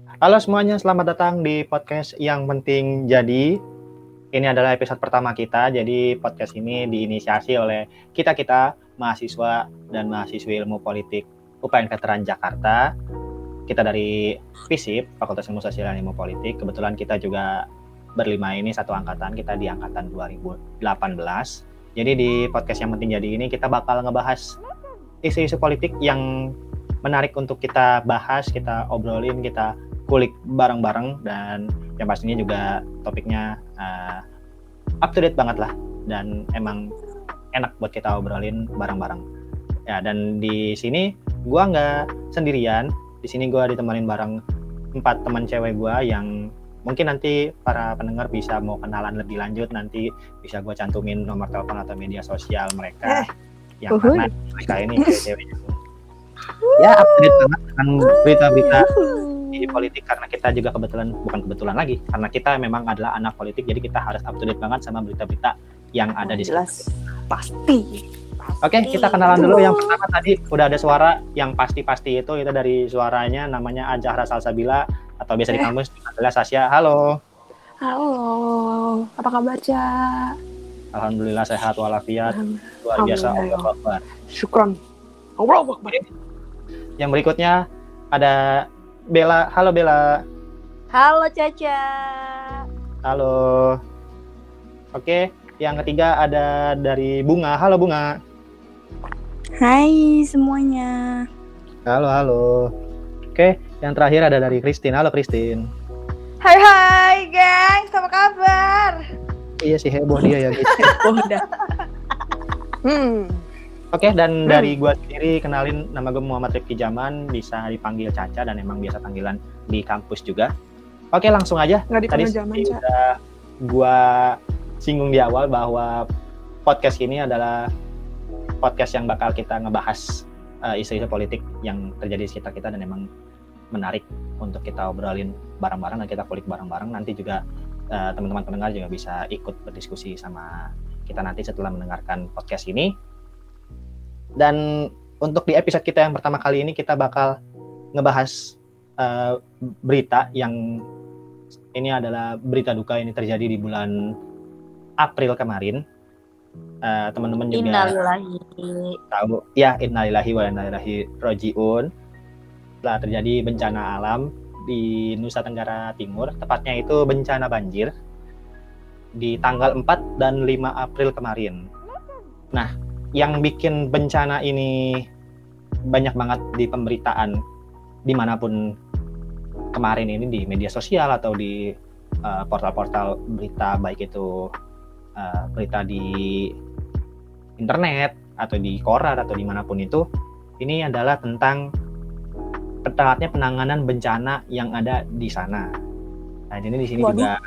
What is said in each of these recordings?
Halo semuanya, selamat datang di podcast yang penting jadi. Ini adalah episode pertama kita, jadi podcast ini diinisiasi oleh kita-kita mahasiswa dan mahasiswi ilmu politik UPN Veteran Jakarta. Kita dari FISIP, Fakultas Ilmu Sosial dan Ilmu Politik. Kebetulan kita juga berlima ini satu angkatan, kita di angkatan 2018. Jadi di podcast yang penting jadi ini kita bakal ngebahas isu-isu politik yang menarik untuk kita bahas, kita obrolin, kita kulik bareng-bareng, dan yang pastinya juga topiknya up to date banget lah, dan emang enak buat kita obrolin bareng-bareng. Ya, dan di sini gue nggak sendirian, di sini gue ditemenin bareng 4 teman cewek gue yang mungkin nanti para pendengar bisa mau kenalan lebih lanjut, nanti bisa gue cantumin nomor telepon atau media sosial mereka, yang karena mereka ini cewek-cewek ya up to date banget dengan berita-berita di politik, karena kita juga bukan kebetulan lagi, karena kita memang adalah anak politik, jadi kita harus up to date banget sama berita-berita yang ada di jelas pasti. Oke, kita kenalan dulu. Yang pertama tadi udah ada suara yang pasti itu dari suaranya, namanya Azahra Salsabila atau biasa di kampus adalah Sasya. Halo. Apa kabar, Cak? Alhamdulillah sehat walafiat. Luar biasa, Allahu Akbar. Syukron. Allahu Akbar. Yang berikutnya ada Bella. Halo Bella. Halo Caca. Halo. Oke, yang ketiga ada dari Bunga. Halo Bunga. Hai semuanya. Halo. Oke, yang terakhir ada dari Christine. Halo Christine. Hai geng, apa kabar? Iya sih, heboh dia ya guys. Udah. Oke, dan dari gue sendiri, kenalin, nama gue Muhammad Rifki Zaman, bisa dipanggil Caca, dan emang biasa panggilan di kampus juga. Oke, langsung aja. Tadi udah gue singgung di awal bahwa podcast ini adalah podcast yang bakal kita ngebahas isu-isu politik yang terjadi di sekitar kita, dan emang menarik untuk kita obrolin bareng-bareng dan kita kulik bareng-bareng. Nanti juga teman-teman pendengar juga bisa ikut berdiskusi sama kita nanti setelah mendengarkan podcast ini. Dan untuk di episode kita yang pertama kali ini, kita bakal ngebahas berita yang ini adalah berita duka, ini terjadi di bulan April kemarin. Teman-teman juga Innalillahi. Tahu ya, innalillahi wa inna ilaihi rajiun. Telah terjadi bencana alam di Nusa Tenggara Timur, tepatnya itu bencana banjir di tanggal 4 dan 5 April kemarin. Nah, yang bikin bencana ini banyak banget di pemberitaan dimanapun kemarin ini, di media sosial atau di portal-portal berita, baik itu berita di internet atau di koran atau dimanapun itu, ini adalah tentang telatnya penanganan bencana yang ada di sana. Nah, ini di sini juga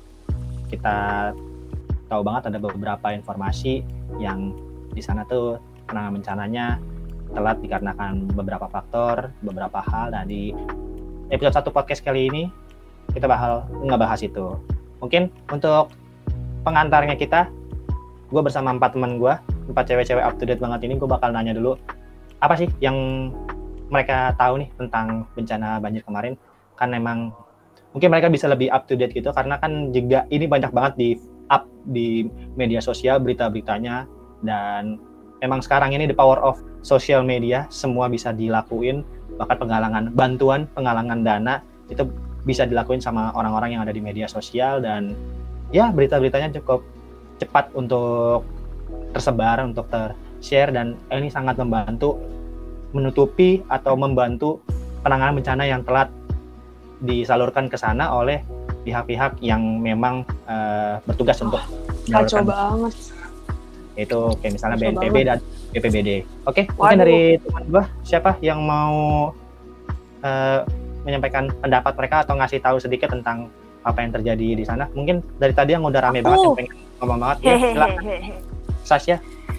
kita tahu banget ada beberapa informasi yang di sana tuh penanganan bencananya telat dikarenakan beberapa faktor, beberapa hal. Nah, di episode 1 podcast kali ini kita bakal ngebahas itu. Mungkin untuk pengantarnya kita, gue bersama 4 teman gue, 4 cewek-cewek up to date banget ini, gue bakal nanya dulu apa sih yang mereka tahu nih tentang bencana banjir kemarin. Kan memang mungkin mereka bisa lebih up to date gitu, karena kan juga ini banyak banget di media sosial berita-beritanya. Dan memang sekarang ini the power of social media, semua bisa dilakuin, bahkan penggalangan dana itu bisa dilakuin sama orang-orang yang ada di media sosial. Dan ya, berita-beritanya cukup cepat untuk tersebar, untuk ter-share, dan ini sangat membantu menutupi atau membantu penanganan bencana yang telat disalurkan ke sana oleh pihak-pihak yang memang bertugas untuk kacau banget. Itu kayak misalnya BNPB dan BPBD. Oke, mungkin dari teman gue, siapa yang mau menyampaikan pendapat mereka atau ngasih tahu sedikit tentang apa yang terjadi di sana? Mungkin dari tadi yang udah rame banget, yang pengen ngomong banget, ya silakan. Sasya.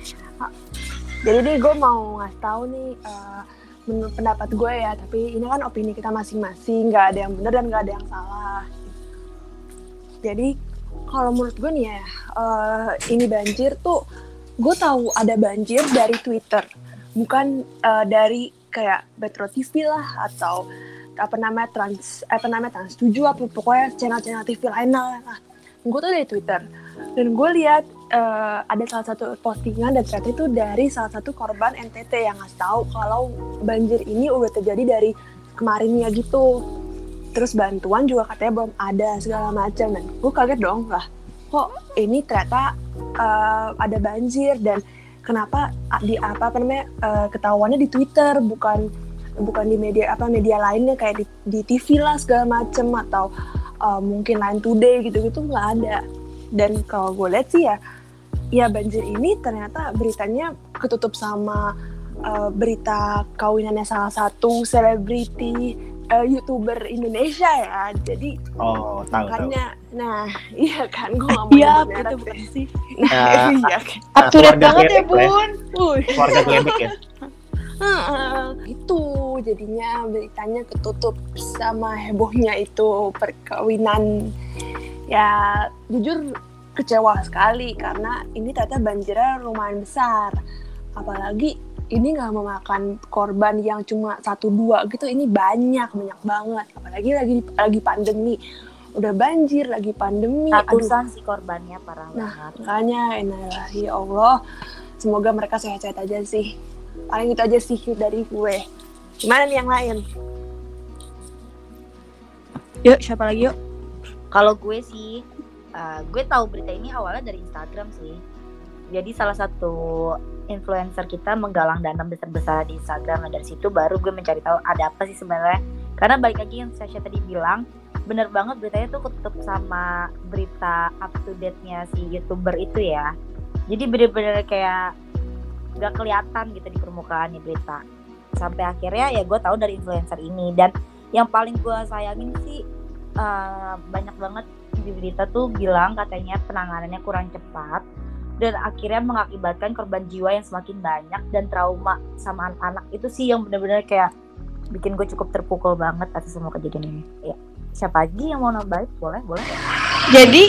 Jadi nih gue mau ngasih tahu nih menurut pendapat gue ya, tapi ini kan opini kita masing-masing, nggak ada yang benar dan nggak ada yang salah. Jadi kalau menurut gue nih ya, ini banjir tuh, gue tahu ada banjir dari Twitter, bukan dari kayak Metro TV lah atau Trans 7 apa pokoknya channel-channel TV lainnya lah. Gue tuh dari Twitter dan gue lihat ada salah satu postingan dan ternyata itu dari salah satu korban NTT yang ngasih tahu kalau banjir ini udah terjadi dari kemarinnya gitu. Terus bantuan juga katanya belum ada segala macam, dan gue kaget dong, lah kok ini ternyata ada banjir, dan kenapa ketahuannya di Twitter bukan di media lainnya kayak di TV lah segala macam, atau mungkin Line Today gitu-gitu nggak ada. Dan kalau gue lihat sih ya banjir ini ternyata beritanya ketutup sama berita kawinannya salah satu selebriti YouTuber Indonesia ya. Jadi makanya nah iya kan, gue nggak mau Iya, nyebut itu merek bukan deh. sih. Iya, Up to date keluarga banget ya, Glebek lah ya. Bun. Keluarga Glebek ya. Gitu jadinya beritanya ketutup sama hebohnya itu perkawinan. Ya jujur kecewa sekali karena ini ternyata banjirnya lumayan besar, apalagi ini nggak memakan korban yang cuma 1-2 gitu, ini banyak banget, apalagi lagi pandemi, udah banjir lagi pandemi, Ratusan sih korbannya, parah banget. makanya innalillahi ya Allah, semoga mereka sehat-sehat aja sih, paling itu aja sih dari gue. Gimana nih yang lain? Yuk, siapa lagi yuk? Kalau gue sih, gue tahu berita ini awalnya dari Instagram sih. Jadi salah satu influencer kita menggalang dana besar-besaran di Instagram. Nah dari situ baru gue mencari tahu ada apa sih sebenarnya. Karena balik lagi yang Sasha tadi bilang, bener banget beritanya tuh ketutup sama berita up to date-nya si YouTuber itu ya. Jadi bener-bener kayak gak kelihatan gitu di permukaannya berita. Sampai akhirnya ya gue tahu dari influencer ini. Dan yang paling gue sayangin sih banyak banget di berita tuh bilang katanya penanganannya kurang cepat dan akhirnya mengakibatkan korban jiwa yang semakin banyak dan trauma sama anak-anak. Itu sih yang benar-benar kayak bikin gue cukup terpukul banget atas semua kejadian ini. Ya, siapa lagi yang mau nambahin? Boleh. Jadi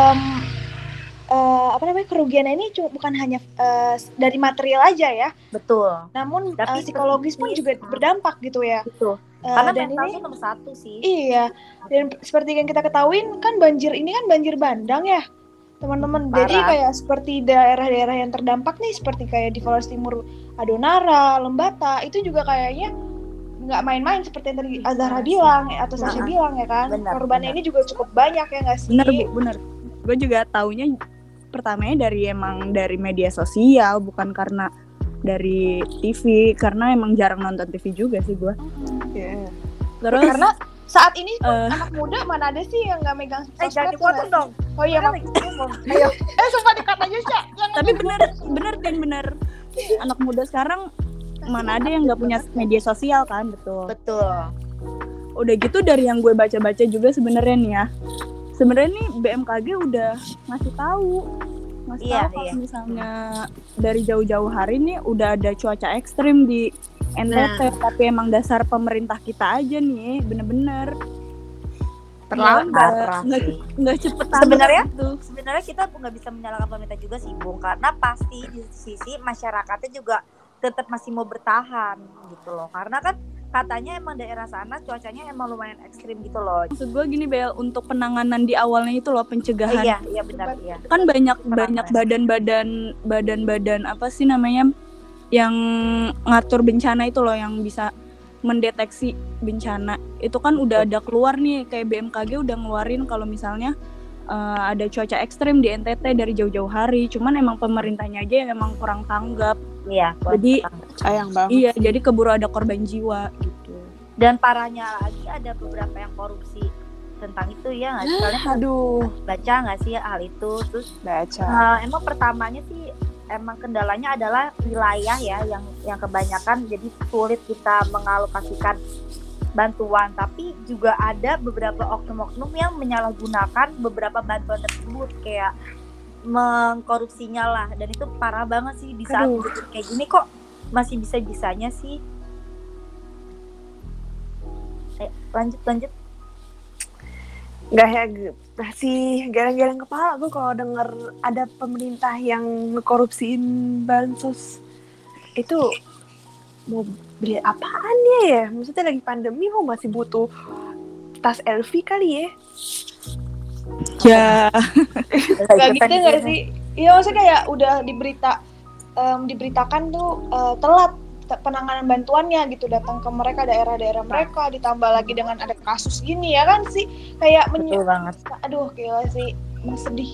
kerugiannya ini bukan hanya dari material aja ya, Betul. namun Tapi psikologis pun juga berdampak gitu ya. Betul. Karena Dan mental ini itu nomor satu sih. iya, dan seperti yang kita ketahui kan banjir ini kan banjir bandang ya teman-teman. Parah. Jadi kayak seperti daerah-daerah yang terdampak nih, seperti kayak di Flores Timur, Adonara, Lembata, itu juga kayaknya nggak main-main seperti yang tadi Azhara bilang atau Sasha bilang ya kan. Benar, Korbannya benar. ini juga cukup banyak ya nggak sih? Bener Bu, bener. Gue juga taunya pertamanya dari media sosial, bukan karena dari TV, karena emang jarang nonton TV juga sih gue. Yeah. Terus Karena saat ini pun anak muda mana ada sih yang nggak megang Jangan sosmed dipotong ya? dong. Oh iya, Karena Mak. lagi ngomong. Ayo. Sumpah dikat aja sih. tapi bener anak muda sekarang mana ada yang nggak punya media sosial kan, betul. Betul. Udah gitu dari yang gue baca-baca juga sebenarnya nih ya. Sebenarnya nih BMKG udah ngasih tahu Iya, kalau iya. misalnya dari jauh-jauh hari nih udah ada cuaca ekstrim di NTT, tapi emang dasar pemerintah kita aja nih bener-bener Parah sih. nggak cepet Sebenarnya- gitu. Sebenarnya kita nggak bisa menyalahkan pemerintah juga sih, Bung, karena pasti di sisi masyarakatnya juga tetap masih mau bertahan gitu loh, karena kan katanya emang daerah sana cuacanya emang lumayan ekstrim gitu loh. Maksud gue gini Bel, untuk penanganan di awalnya itu loh, pencegahan. Iya benar iya. Kan banyak Penanganan. badan-badan apa sih namanya yang ngatur bencana itu loh, yang bisa mendeteksi bencana. Itu kan udah ada keluar nih, kayak BMKG udah ngeluarin kalau misalnya ada cuaca ekstrim di NTT dari jauh-jauh hari. Cuman emang pemerintahnya aja yang emang kurang tanggap. Iya. Jadi Sayang banget. iya, jadi keburu ada korban jiwa gitu. Dan parahnya lagi ada beberapa yang korupsi tentang itu ya nggak sih? Kalian Aduh, baca nggak sih hal itu? Terus baca. emang pertamanya sih emang kendalanya adalah wilayah ya yang kebanyakan jadi sulit kita mengalokasikan bantuan, tapi juga ada beberapa oknum-oknum yang menyalahgunakan beberapa bantuan tersebut kayak mengkorupsinya lah, dan itu parah banget sih di saat kayak gini kok masih bisa-bisanya sih. Lanjut. Nggak ya, masih geleng-geleng kepala gue kalau denger ada pemerintah yang ngekorupsiin bansos. Itu mau beli apaan ya? Maksudnya lagi pandemi kok masih butuh tas LV kali ya? Ya, Gak gitu gak sih? Iya maksudnya kayak udah diberitakan tuh telat penanganan bantuannya gitu datang ke mereka daerah-daerah mereka, ditambah lagi dengan ada kasus gini ya kan sih, kayak Betul banget. aduh gila sih, sedih.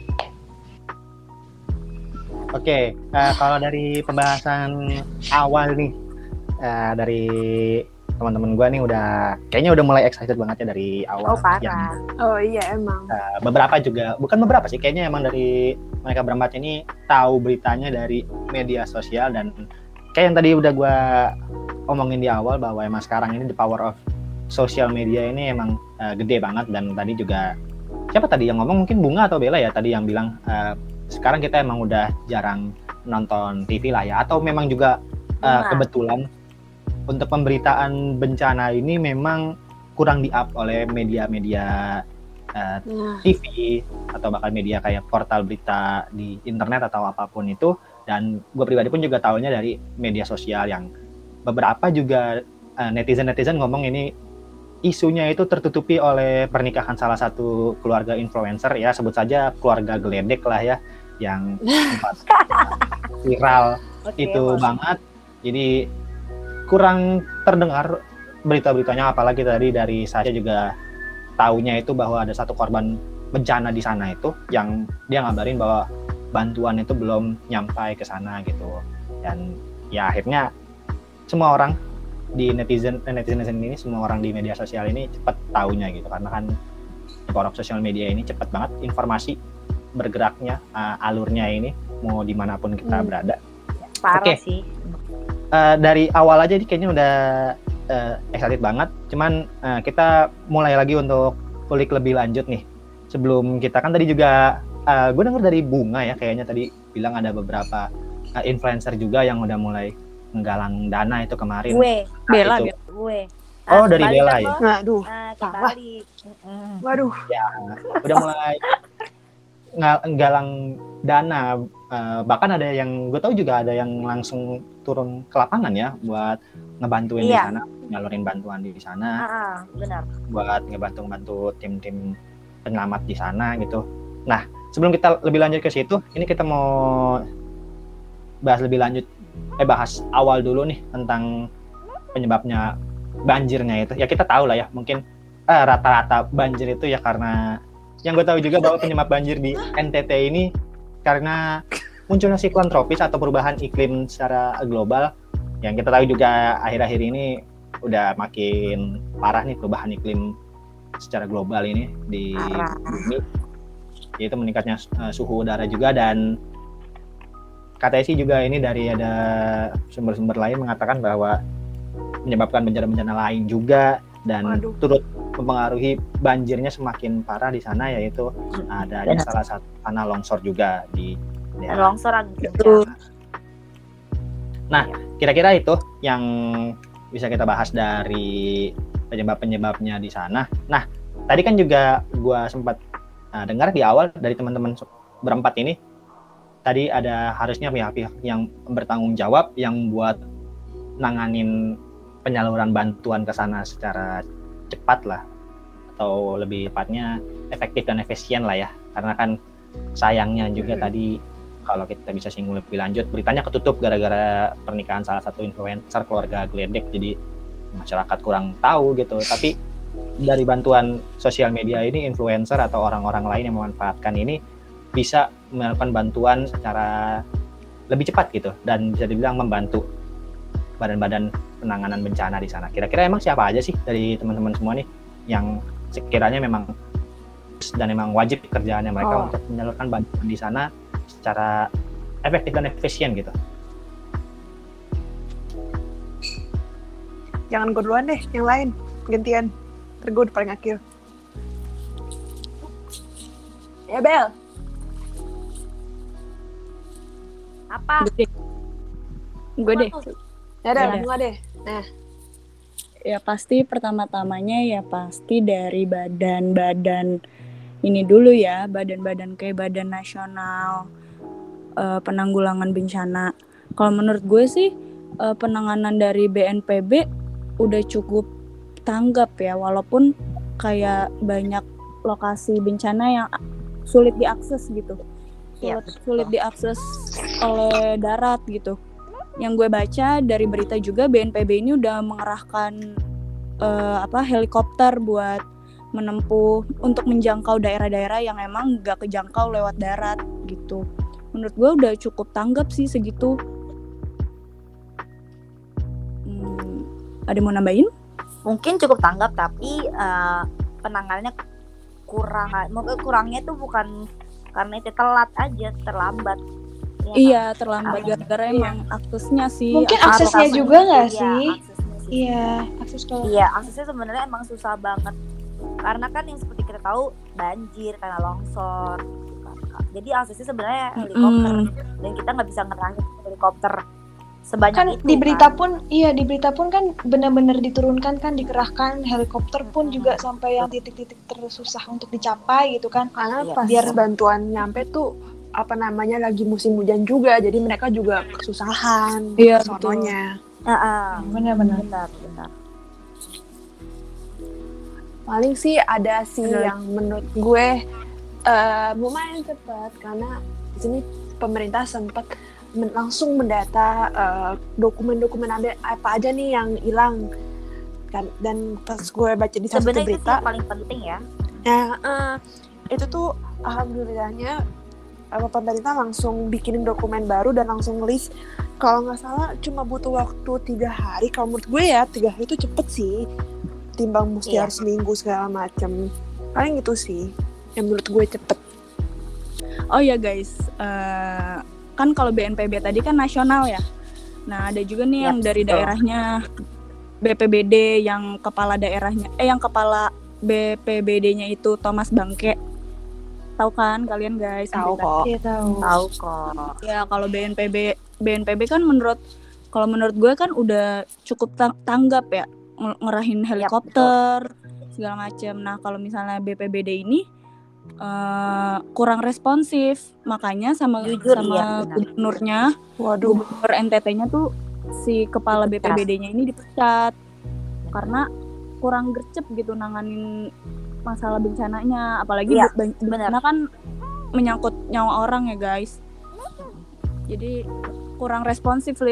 Oke, kalau dari pembahasan awal nih dari teman-teman gue nih kayaknya udah mulai excited banget ya dari awal. Oh parah. Yang, Oh iya emang. beberapa juga, bukan beberapa sih, kayaknya emang dari mereka berempat ini tahu beritanya dari media sosial, dan kayak yang tadi udah gue omongin di awal bahwa emang sekarang ini the power of social media ini emang gede banget. Dan tadi juga siapa tadi yang ngomong, mungkin Bunga atau Bella ya tadi yang bilang sekarang kita emang udah jarang nonton TV lah ya, atau memang juga kebetulan untuk pemberitaan bencana ini memang kurang di-up oleh media-media TV atau bahkan media kayak portal berita di internet atau apapun itu. Dan gue pribadi pun juga tahunya dari media sosial yang beberapa juga netizen ngomong ini isunya itu tertutupi oleh pernikahan salah satu keluarga influencer ya, sebut saja keluarga Geledek lah ya, yang sempat viral itu banget. Jadi kurang terdengar berita-beritanya, apalagi tadi dari saya juga taunya itu bahwa ada satu korban bencana di sana itu yang dia ngabarin bahwa bantuan itu belum nyampai ke sana gitu. Dan ya akhirnya semua orang di netizen ini, semua orang di media sosial ini cepat taunya gitu, karena kan power of social media ini cepat banget informasi bergeraknya, alurnya ini mau dimanapun kita berada. Parah sih. Dari awal aja kayaknya udah excited banget. Cuman kita mulai lagi untuk kulik lebih lanjut nih. Sebelum kita kan tadi juga gue denger dari Bunga ya, kayaknya tadi bilang ada beberapa influencer juga yang udah mulai menggalang dana itu kemarin. Bella. Oh, dari Bella ya. Aduh, salah. Waduh. Ya, udah mulai nggalang dana. Bahkan ada yang gue tahu juga ada yang langsung turun ke lapangan ya buat ngebantuin di sana, nyalurin bantuan di sana. Benar. Buat ngebantu tim-tim penyelamat di sana gitu. Nah, sebelum kita lebih lanjut ke situ, ini kita mau bahas lebih lanjut, bahas awal dulu nih tentang penyebabnya banjirnya itu. Ya kita tahu lah ya, mungkin rata-rata banjir itu ya karena yang gue tahu juga bahwa penyebab banjir di NTT ini karena munculnya siklon tropis atau perubahan iklim secara global. Yang kita tahu juga akhir-akhir ini udah makin parah nih perubahan iklim secara global ini di bumi, yaitu meningkatnya suhu udara juga. Dan katanya sih juga ini dari ada sumber-sumber lain mengatakan bahwa menyebabkan bencana-bencana lain juga, dan turut mempengaruhi banjirnya semakin parah di sana, yaitu adanya salah satu tanah longsor juga di daerah. Longsor gitu. Nah, kira-kira itu yang bisa kita bahas dari penyebab-penyebabnya di sana. Nah, tadi kan juga gue sempat dengar di awal dari teman-teman berempat ini, tadi ada harusnya pihak-pihak yang bertanggung jawab yang buat nanganin penyaluran bantuan ke sana secara cepat lah, atau lebih tepatnya efektif dan efisien lah ya. Karena kan sayangnya juga tadi kalau kita bisa singgung lebih lanjut, beritanya ketutup gara-gara pernikahan salah satu influencer keluarga Geledek, jadi masyarakat kurang tahu gitu. Tapi dari bantuan sosial media ini, influencer atau orang-orang lain yang memanfaatkan ini bisa melakukan bantuan secara lebih cepat gitu, dan bisa dibilang membantu badan-badan penanganan bencana di sana. Kira-kira emang siapa aja sih dari teman-teman semua nih yang sekiranya memang dan memang wajib kerjaannya mereka untuk menyalurkan bantuan di sana secara efektif dan efisien gitu? Jangan gue duluan deh, yang lain gantian. Ntar gue udah paling akhir. Ya Bel. Apa? Gue deh. Ya udah, bunga deh. Nah, ya pasti pertama-tamanya ya pasti dari badan-badan ini dulu ya, badan-badan kayak Badan Nasional Penanggulangan Bencana. Kalau menurut gue sih penanganan dari BNPB udah cukup tanggap ya, walaupun kayak banyak lokasi bencana yang sulit diakses gitu. Iya, Sulit diakses oleh darat gitu. Yang gue baca dari berita juga BNPB ini udah mengerahkan helikopter buat menempuh untuk menjangkau daerah-daerah yang emang gak kejangkau lewat darat gitu. Menurut gue udah cukup tanggap sih segitu. Ada mau nambahin? mungkin cukup tanggap tapi penanganannya kurangnya tuh bukan karena itu telat aja, terlambat. Ya, Iya, terlambat gara-gara emang aksesnya sih. Mungkin kan? aksesnya Aksesnya juga nggak iya, sih? aksesnya sih. Iya, akses ke Iya, aksesnya sebenarnya emang susah banget. Karena kan yang seperti kita tahu banjir karena longsor gitu kan, Kak. Jadi aksesnya sebenarnya helikopter dan kita nggak bisa ngerahin helikopter sebanyak kan itu. di berita pun kan benar-benar diturunkan kan, dikerahkan helikopter pun juga sampai yang titik-titik tersusah untuk dicapai gitu kan. Karena Iya. pas bantuan nyampe tuh lagi musim hujan juga, jadi mereka juga kesusahan Iya, sononya. Benar-benar. Benar. Paling sih ada sih Benar. yang menurut gue lumayan cepat, karena di sini pemerintah sempat langsung mendata dokumen-dokumen ada apa aja nih yang hilang kan. Dan pas gue baca di salah satu Sebenarnya itu sih berita, yang paling penting ya. itu tuh alhamdulillahnya pemerintah langsung bikinin dokumen baru dan langsung list. Kalau nggak salah cuma butuh waktu 3 hari. Kalau menurut gue ya 3 hari itu cepet sih, timbang mesti Iya. harus seminggu segala macem. Paling itu sih yang menurut gue cepet. Oh ya guys, kan kalau BNPB tadi kan nasional ya. Nah ada juga nih Yap, yang dari betul. daerahnya BPBD yang kepala daerahnya, yang kepala BPBD-nya itu Thomas Bangke. Tahu kan kalian guys? Tahu berita? kok. Iya tahu. Tahu kok. Ya kalau BNPB kan menurut gue kan udah cukup tanggap ya, ngerahin helikopter segala macam. Nah kalau misalnya BPBD ini kurang responsif, makanya sama Jujur, iya, benar. gubernurnya, Waduh. gubernur NTT-nya tuh si kepala Dipecat. BPBD-nya ini dipecat karena kurang gercep gitu nanganin masalah bencananya, apalagi Iya, bencana kan menyangkut nyawa orang ya guys. Jadi kurang responsif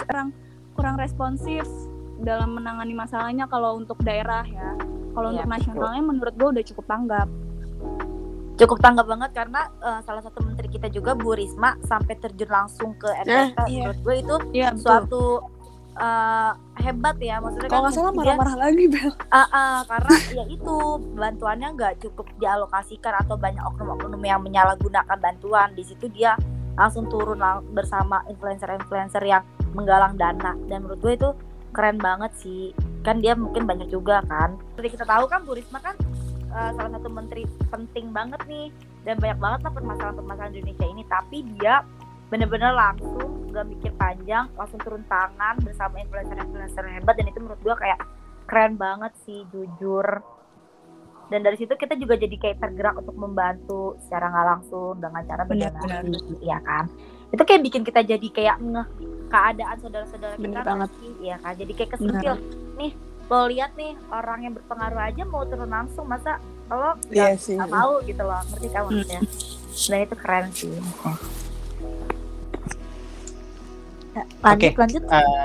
dalam menangani masalahnya kalau untuk daerah ya. Kalau Iya, untuk nasionalnya menurut gue udah cukup tanggap. Cukup tanggap banget karena salah satu menteri kita juga Bu Risma sampai terjun langsung ke NTT. iya. Menurut gue itu Iya suatu hebat ya, maksudnya Kalau kan nggak salah dia- marah-marah lagi, Bel. karena ya itu bantuannya nggak cukup dialokasikan atau banyak oknum-oknum yang menyalahgunakan bantuan. Di situ dia langsung turun bersama influencer-influencer yang menggalang dana, dan menurut gue itu keren banget sih. Kan dia mungkin banyak juga kan, seperti kita tahu kan Bu Risma kan salah satu menteri penting banget nih, dan banyak banget lah permasalahan-permasalahan di Indonesia ini, tapi dia bener-bener langsung gak mikir panjang, langsung turun tangan bersama influencer-influencer hebat, dan itu menurut gue kayak keren banget sih, jujur. Dan dari situ kita juga jadi kayak tergerak untuk membantu secara nggak langsung dengan cara berdonasi, ya kan? Itu kayak bikin kita jadi kayak ngeh keadaan saudara-saudara kita. Bener banget. Iya kan? Jadi kayak kesentil. Nih, lo lihat nih orang yang berpengaruh aja mau turun langsung, masa lo Iya nggak sih. mau gitu loh, ngerti kan maksudnya? Dan itu keren sih. Lanjut.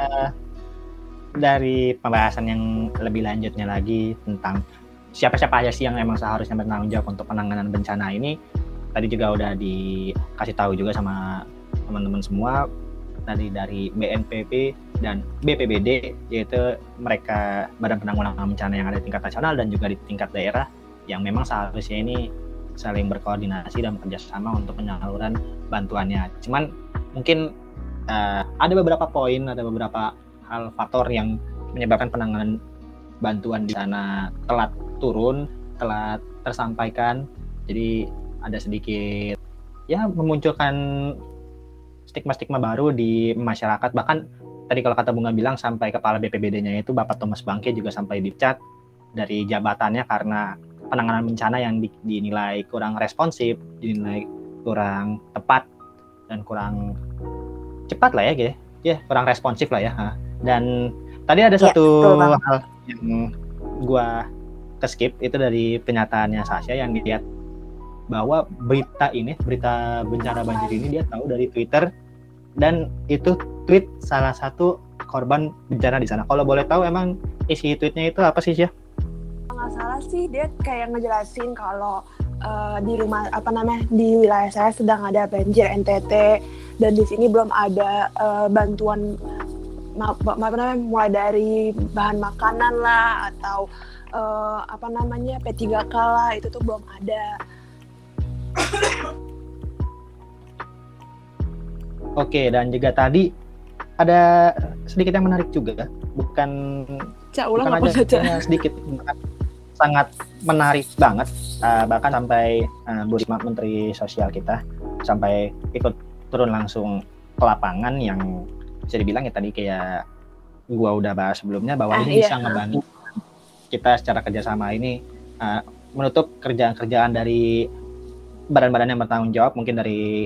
Dari pembahasan yang lebih lanjutnya lagi tentang siapa-siapa aja sih yang emang seharusnya bertanggung jawab untuk penanganan bencana ini, tadi juga udah dikasih tahu juga sama teman-teman semua dari BNPB dan BPBD, yaitu mereka Badan Penanggulangan Bencana yang ada di tingkat nasional dan juga di tingkat daerah, yang memang seharusnya ini saling berkoordinasi dan bekerjasama untuk penyaluran bantuannya. Cuman mungkin ada beberapa poin, ada beberapa hal faktor yang menyebabkan penanganan bantuan di sana telat turun, telat tersampaikan. Jadi ada sedikit ya memunculkan stigma-stigma baru di masyarakat. Bahkan tadi kalau kata Bunga bilang sampai kepala BPBD-nya itu Bapak Thomas Bangke juga sampai dipecat dari jabatannya karena penanganan bencana yang dinilai kurang responsif, dinilai kurang tepat dan kurang cepat lah ya gitu. kurang responsif lah ya. Dan tadi ada Iya, satu betul banget. hal yang gua keskip, itu dari pernyataannya Sasha yang dilihat bahwa berita bencana banjir ini dia tahu dari Twitter, dan itu tweet salah satu korban bencana di sana. Kalau boleh tahu emang isi tweetnya itu apa sih, ya? Nggak salah sih, dia kayak ngejelasin kalau di rumah di wilayah saya sedang ada banjir NTT, dan di sini belum ada bantuan mulai dari bahan makanan lah atau P3K lah, itu tuh belum ada. Oke, dan juga tadi ada sedikit yang menarik juga, bukan aja sedikit, sangat menarik banget, bahkan sampai Bu Risma, Menteri Sosial kita, sampai ikut turun langsung ke lapangan, yang bisa dibilang ya tadi kayak gua udah bahas sebelumnya, bahwa ini bisa ngebantu kita secara kerjasama ini menutup kerjaan-kerjaan dari badan-badan yang bertanggung jawab, mungkin dari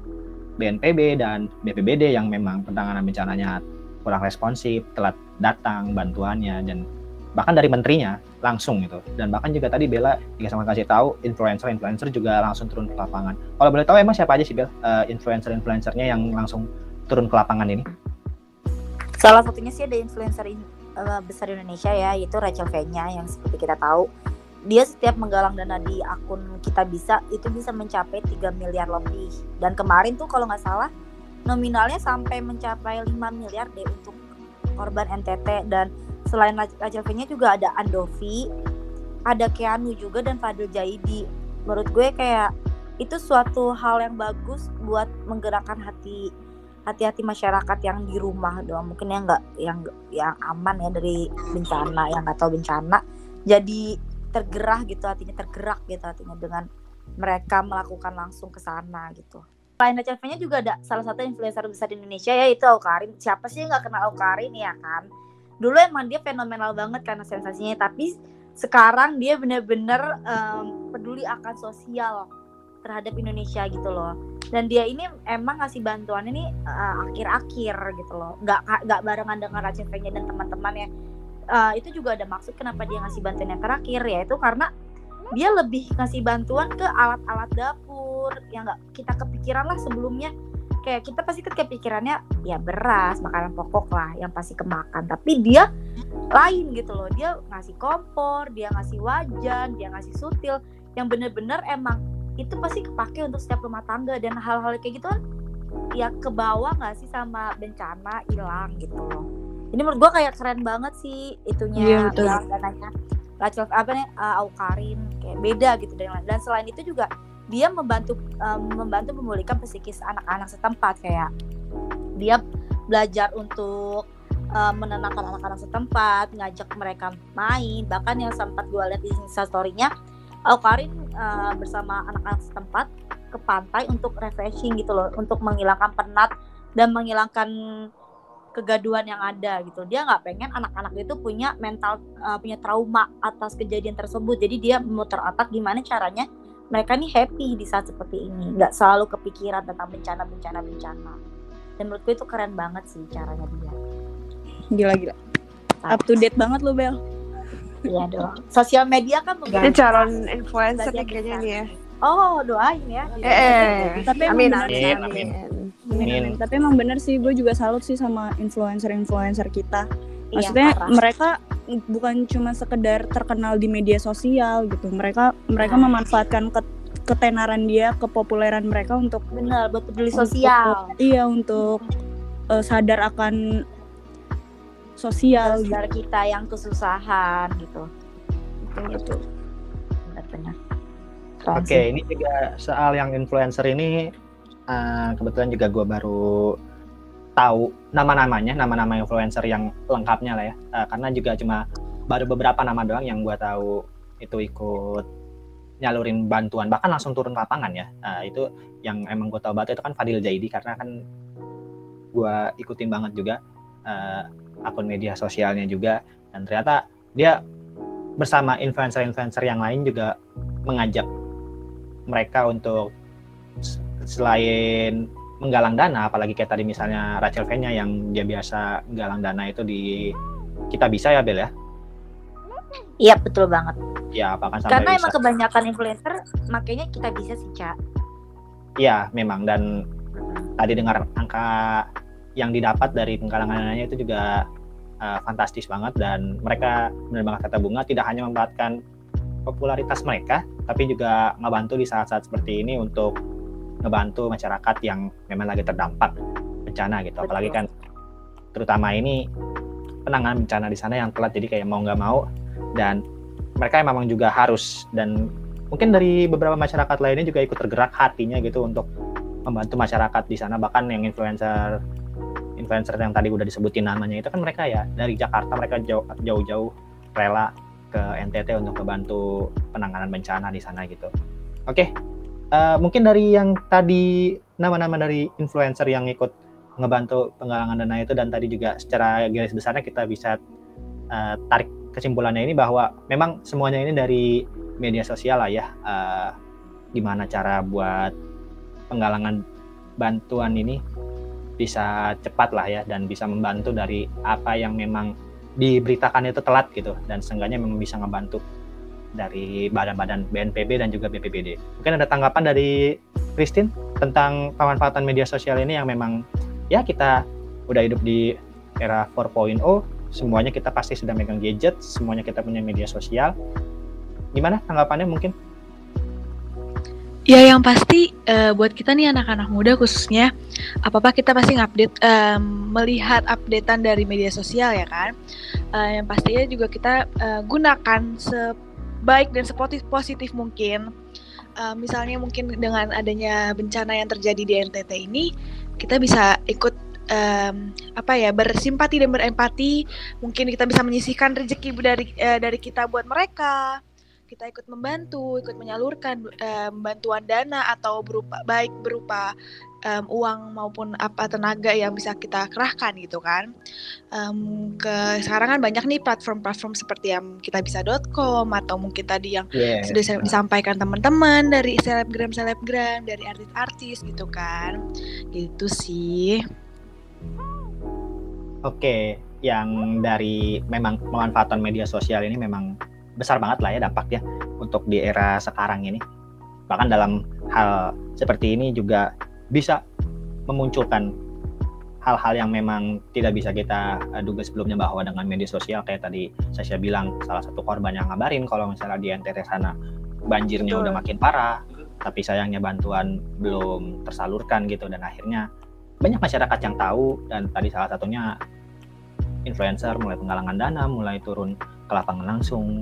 BNPB dan BPBD yang memang penanganan bencananya kurang responsif, telat datang bantuannya, dan bahkan dari menterinya langsung gitu. Dan bahkan juga tadi Bella juga sama kasih tahu influencer juga langsung turun ke lapangan. Kalau boleh tahu emang siapa aja sih, Bel, influencernya yang langsung turun ke lapangan ini? Salah satunya sih ada influencer besar di Indonesia ya, yaitu Rachel V-nya, yang seperti kita tahu dia setiap menggalang dana di akun Kita Bisa itu bisa mencapai 3 miliar lebih. Dan kemarin tuh kalau nggak salah nominalnya sampai mencapai 5 miliar deh untuk korban NTT. Dan selain Rachel V-nya juga ada Andovi, ada Keanu juga, dan Fadil Jaidi. Menurut gue kayak itu suatu hal yang bagus buat menggerakkan hati masyarakat yang di rumah doang, mungkin yang aman ya dari bencana, yang nggak tahu bencana, jadi tergerak gitu hatinya dengan mereka melakukan langsung ke sana gitu. Selain HCV-nya juga ada salah satu influencer besar di Indonesia, yaitu Awkarin. Siapa sih yang nggak kenal Awkarin ya kan? Dulu emang dia fenomenal banget karena sensasinya, tapi sekarang dia benar-benar peduli akan sosial terhadap Indonesia gitu loh. Dan dia ini emang ngasih bantuan ini akhir-akhir gitu loh, nggak barengan dengan HCV-nya dan teman-temannya. Itu juga ada maksud kenapa dia ngasih bantuan yang terakhir, yaitu karena dia lebih ngasih bantuan ke alat-alat dapur yang nggak kita kepikiran lah sebelumnya. Kayak kita pasti kepikirannya ya beras, makanan pokok lah yang pasti kemakan, tapi dia lain gitu loh. Dia ngasih kompor, dia ngasih wajan, dia ngasih sutil yang bener-bener emang itu pasti kepake untuk setiap rumah tangga. Dan hal-hal kayak gitu kan ya kebawa nggak sih sama bencana, hilang gitu loh. Ini menurut gue kayak keren banget sih itunya, dananya Rachel Awkarin, kayak beda gitu dan selain itu juga dia membantu memulihkan psikis anak-anak setempat. Kayak dia belajar untuk menenangkan anak-anak setempat, ngajak mereka main. Bahkan yang sempat gue lihat di Instastory-nya, Awkarin bersama anak-anak setempat ke pantai untuk refreshing gitu loh, untuk menghilangkan penat dan menghilangkan kegaduhan yang ada gitu. Dia nggak pengen anak-anak itu punya punya trauma atas kejadian tersebut. Jadi dia memutar otak gimana caranya mereka nih happy di saat seperti ini, nggak selalu kepikiran tentang bencana. Dan menurut gue itu keren banget sih caranya dia. Gila. Up to date banget lu, Bel. Iya dong. Sosial media kan Ini calon influencer nih kayaknya nih ya. Oh, doain ya. Tapi amin. Tapi emang bener sih, gue juga salut sih sama influencer kita. Maksudnya iya, mereka bukan cuma sekedar terkenal di media sosial gitu. Mereka memanfaatkan ketenaran dia, kepopuleran mereka untuk benar, buat peduli sosial. Untuk sadar akan sosial saudara kita yang kesusahan gitu. Betul. Benar. Oke, ini juga soal yang influencer ini, kebetulan juga gue baru tahu nama influencer yang lengkapnya lah ya, karena juga cuma baru beberapa nama doang yang gue tahu itu ikut nyalurin bantuan, bahkan langsung turun lapangan ya. Itu yang emang gue tahu banget itu kan Fadil Jaidi, karena kan gue ikutin banget juga akun media sosialnya juga, dan ternyata dia bersama influencer yang lain juga mengajak mereka untuk selain menggalang dana, apalagi kayak tadi misalnya Rachel V-nya yang dia biasa galang dana itu di Kita Bisa ya Bel ya? Iya betul banget. Ya bahkan sampai Karena bisa. emang kebanyakan influencer makanya Kita Bisa sih, Ca. Iya memang, dan tadi dengar angka yang didapat dari penggalangan dananya itu juga fantastis banget, dan mereka benar banget kata Bunga, tidak hanya memanfaatkan popularitas mereka, tapi juga ngebantu di saat-saat seperti ini untuk ngebantu masyarakat yang memang lagi terdampak bencana gitu. Apalagi kan terutama ini penanganan bencana di sana yang telat, jadi kayak mau nggak mau, dan mereka memang juga harus, dan mungkin dari beberapa masyarakat lainnya juga ikut tergerak hatinya gitu untuk membantu masyarakat di sana. Bahkan yang influencer yang tadi udah disebutin namanya itu kan mereka ya dari Jakarta, mereka jauh-jauh rela ke NTT untuk membantu penanganan bencana di sana gitu. Oke. Mungkin dari yang tadi nama-nama dari influencer yang ikut ngebantu penggalangan dana itu, dan tadi juga secara garis besarnya kita bisa tarik kesimpulannya ini bahwa memang semuanya ini dari media sosial lah ya, gimana cara buat penggalangan bantuan ini bisa cepat lah ya, dan bisa membantu dari apa yang memang diberitakan itu telat gitu, dan seenggaknya memang bisa ngebantu dari badan-badan BNPB dan juga BPBD. Mungkin ada tanggapan dari Christine tentang pemanfaatan media sosial ini yang memang ya kita udah hidup di era 4.0, semuanya kita pasti sudah megang gadget, semuanya kita punya media sosial. Gimana tanggapannya mungkin? Ya yang pasti buat kita nih anak-anak muda khususnya, apa-apa kita pasti ngupdate, melihat updatean dari media sosial ya kan. Yang pastinya juga kita gunakan sebaik dan sepositif mungkin. Misalnya mungkin dengan adanya bencana yang terjadi di NTT ini, kita bisa ikut bersimpati dan berempati. Mungkin kita bisa menyisihkan rezeki dari kita buat mereka. Kita ikut membantu, ikut menyalurkan bantuan dana atau berupa uang maupun tenaga yang bisa kita kerahkan gitu kan. Sekarang kan banyak nih platform-platform seperti yang kitabisa.com atau mungkin tadi yang sudah disampaikan teman-teman dari selebgram, dari artis-artis gitu kan. Gitu sih. Oke, yang dari memang pemanfaatan media sosial ini memang besar banget lah ya dampaknya untuk di era sekarang ini. Bahkan dalam hal seperti ini juga bisa memunculkan hal-hal yang memang tidak bisa kita duga sebelumnya, bahwa dengan media sosial kayak tadi saya bilang, salah satu korban yang ngabarin kalau misalnya di NTT sana banjirnya udah makin parah, tapi sayangnya bantuan belum tersalurkan gitu, dan akhirnya banyak masyarakat yang tahu, dan tadi salah satunya influencer mulai penggalangan dana, mulai turun ke lapangan langsung.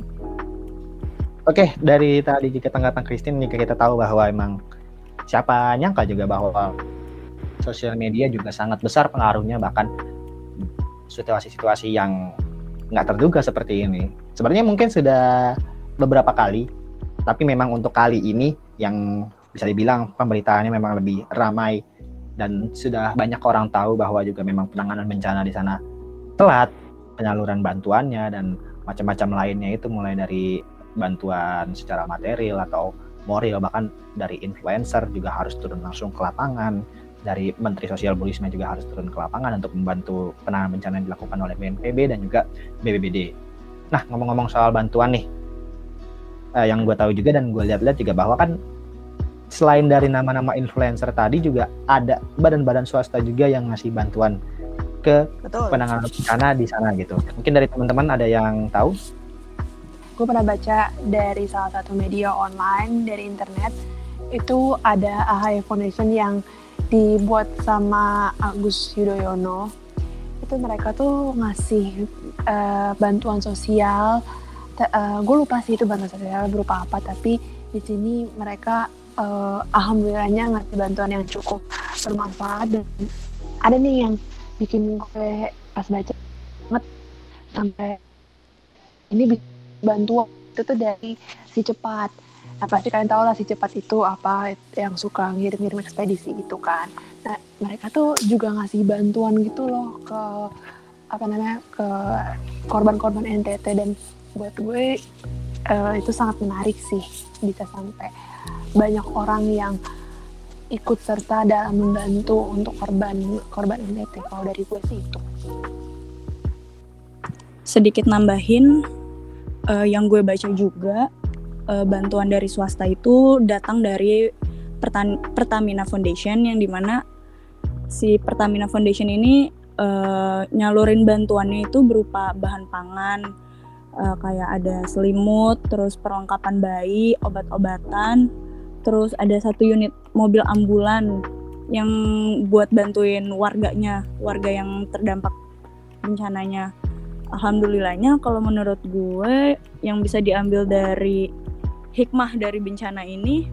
Oke, dari tadi jika tanggapan Christine nih, kita tahu bahwa emang siapa nyangka juga bahwa sosial media juga sangat besar pengaruhnya, bahkan situasi-situasi yang nggak terduga seperti ini. Sebenarnya mungkin sudah beberapa kali, tapi memang untuk kali ini yang bisa dibilang pemberitaannya memang lebih ramai, dan sudah banyak orang tahu bahwa juga memang penanganan bencana di sana telat, penyaluran bantuannya dan macam-macam lainnya, itu mulai dari bantuan secara material atau moral, bahkan dari influencer juga harus turun langsung ke lapangan, dari Menteri Sosial Bu Risma juga harus turun ke lapangan untuk membantu penanganan bencana yang dilakukan oleh BNPB dan juga BPBD. Nah, ngomong-ngomong soal bantuan nih, yang gue tahu juga dan gue lihat-lihat juga bahwa kan selain dari nama-nama influencer tadi juga ada badan-badan swasta juga yang ngasih bantuan ke penanganan bencana di sana gitu. Mungkin dari teman-teman ada yang tahu? Gue pernah baca dari salah satu media online dari internet, itu ada AHY Foundation yang dibuat sama Agus Yudhoyono. Itu mereka tuh ngasih bantuan sosial. Gue lupa sih itu bantuan sosial berupa apa, tapi di sini mereka alhamdulillahnya ngasih bantuan yang cukup bermanfaat. Dan ada nih yang bikin gue pas baca banget, sampai ini bantuan itu tuh dari Si Cepat. Nah pasti kalian tahu lah Si Cepat itu apa, yang suka ngirim-ngirim ekspedisi gitu kan. Nah mereka tuh juga ngasih bantuan gitu loh ke ke korban-korban NTT, dan buat gue itu sangat menarik sih, bisa sampai banyak orang yang ikut serta dalam membantu untuk korban NTT. Kalau dari gue sih itu. Sedikit nambahin, yang gue baca juga, bantuan dari swasta itu datang dari Pertamina Foundation, yang dimana si Pertamina Foundation ini nyalurin bantuannya itu berupa bahan pangan, kayak ada selimut, terus perlengkapan bayi, obat-obatan, terus ada 1 unit mobil ambulan yang buat bantuin warga yang terdampak bencananya. Alhamdulillahnya kalau menurut gue yang bisa diambil dari hikmah dari bencana ini,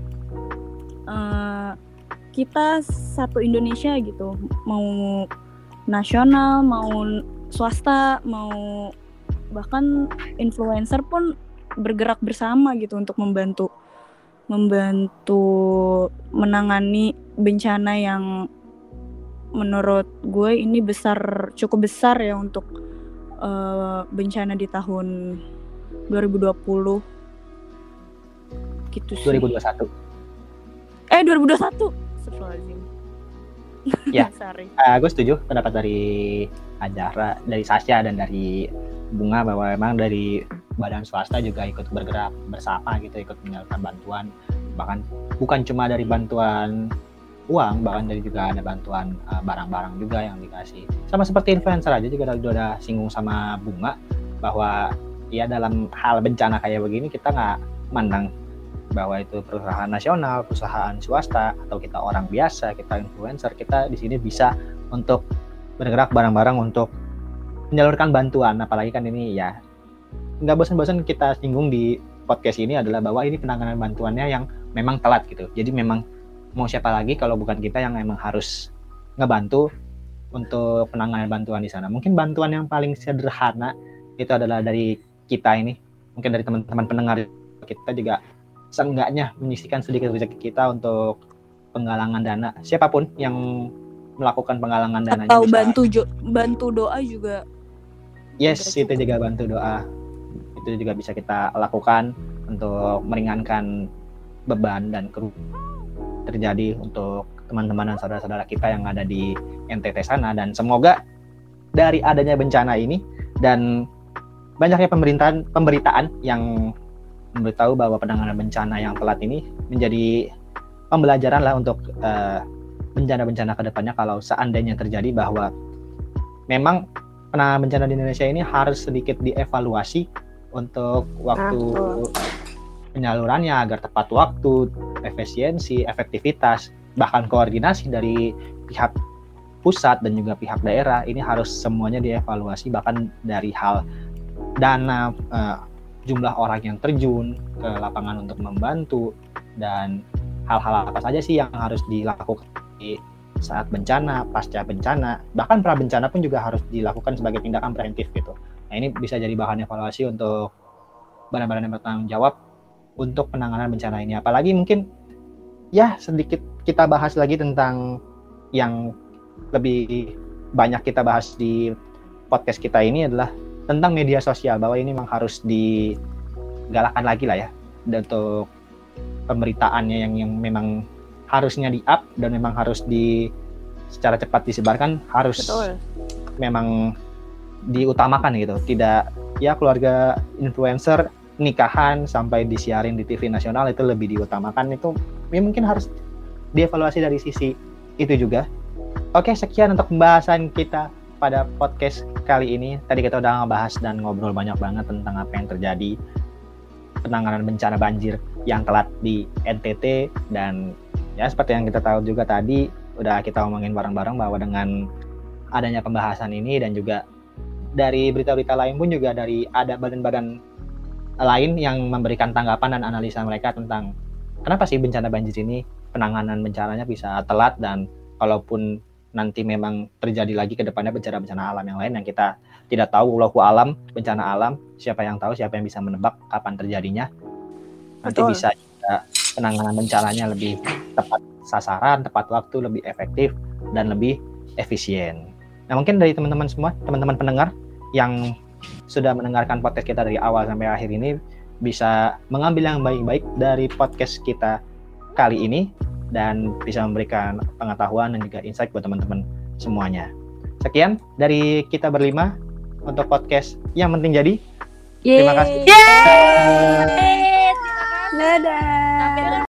kita satu Indonesia gitu, mau nasional, mau swasta, mau bahkan influencer pun bergerak bersama gitu untuk membantu menangani bencana yang menurut gue ini cukup besar ya untuk bencana di tahun 2020 gitu sih. 2021. 2021. Astagfirullahaladzim. Ya. Sorry. Gue setuju pendapat dari Azahra, dari Sasha, dan dari Bunga bahwa memang dari badan swasta juga ikut bergerak bersama gitu, ikut menyalurkan bantuan, bahkan bukan cuma dari bantuan uang, bahkan dari juga ada bantuan barang-barang juga yang dikasih. Sama seperti influencer aja juga udah singgung sama Bunga bahwa ya dalam hal bencana kayak begini kita nggak mandang bahwa itu perusahaan nasional, perusahaan swasta, atau kita orang biasa, kita influencer, kita di sini bisa untuk bergerak bareng-bareng untuk menyalurkan bantuan. Apalagi kan ini ya nggak bosan-bosan kita singgung di podcast ini adalah bahwa ini penanganan bantuannya yang memang telat gitu. Jadi memang mau siapa lagi kalau bukan kita yang memang harus ngebantu untuk penanganan bantuan di sana. Mungkin bantuan yang paling sederhana itu adalah dari kita ini, mungkin dari teman-teman pendengar kita juga seenggaknya menyisihkan sedikit rezeki kita untuk penggalangan dana. Siapapun yang melakukan penggalangan dananya atau bisa, bantu doa juga. Yes, itu juga bantu doa. Itu juga bisa kita lakukan untuk meringankan beban dan kerugian terjadi untuk teman-teman dan saudara-saudara kita yang ada di NTT sana. Dan semoga dari adanya bencana ini dan banyaknya pemberitaan yang memberitahu bahwa penanganan bencana yang telat ini menjadi pembelajaran lah untuk bencana-bencana ke depannya, kalau seandainya terjadi bahwa memang penanganan bencana di Indonesia ini harus sedikit dievaluasi untuk waktu penyalurannya agar tepat waktu, efisiensi, efektivitas, bahkan koordinasi dari pihak pusat dan juga pihak daerah. Ini harus semuanya dievaluasi, bahkan dari hal dana, jumlah orang yang terjun ke lapangan untuk membantu, dan hal-hal apa saja sih yang harus dilakukan di saat bencana, pasca bencana, bahkan pra bencana pun juga harus dilakukan sebagai tindakan preventif gitu. Nah, ini bisa jadi bahan evaluasi untuk badan-badan yang bertanggung jawab untuk penanganan bencana ini. Apalagi mungkin ya sedikit kita bahas lagi tentang yang lebih banyak kita bahas di podcast kita ini adalah tentang media sosial, bahwa ini memang harus digalakkan lagi lah ya untuk pemberitaannya yang memang harusnya di-up dan memang harus secara cepat disebarkan, harus memang diutamakan gitu. Tidak ya keluarga influencer nikahan sampai disiarin di TV nasional itu lebih diutamakan, itu ya mungkin harus dievaluasi dari sisi itu juga. Oke, sekian untuk pembahasan kita pada podcast kali ini. Tadi kita udah ngebahas dan ngobrol banyak banget tentang apa yang terjadi, penanganan bencana banjir yang telat di NTT, dan ya seperti yang kita tahu juga tadi udah kita ngomongin bareng-bareng bahwa dengan adanya pembahasan ini dan juga dari berita-berita lain pun juga dari ada badan-badan lain yang memberikan tanggapan dan analisa mereka tentang kenapa sih bencana banjir ini penanganan bencananya bisa telat, dan kalaupun nanti memang terjadi lagi ke depannya bencana-bencana alam yang lain yang kita tidak tahu, wallahu alam, bencana alam, siapa yang tahu, siapa yang bisa menebak kapan terjadinya. Nanti bisa juga penanganan bencananya lebih tepat sasaran, tepat waktu, lebih efektif dan lebih efisien. Nah, mungkin dari teman-teman semua, teman-teman pendengar yang sudah mendengarkan podcast kita dari awal sampai akhir ini bisa mengambil yang baik-baik dari podcast kita kali ini, dan bisa memberikan pengetahuan dan juga insight buat teman-teman semuanya. Sekian dari kita berlima untuk podcast Yang Penting Jadi. Terima kasih. Dadah.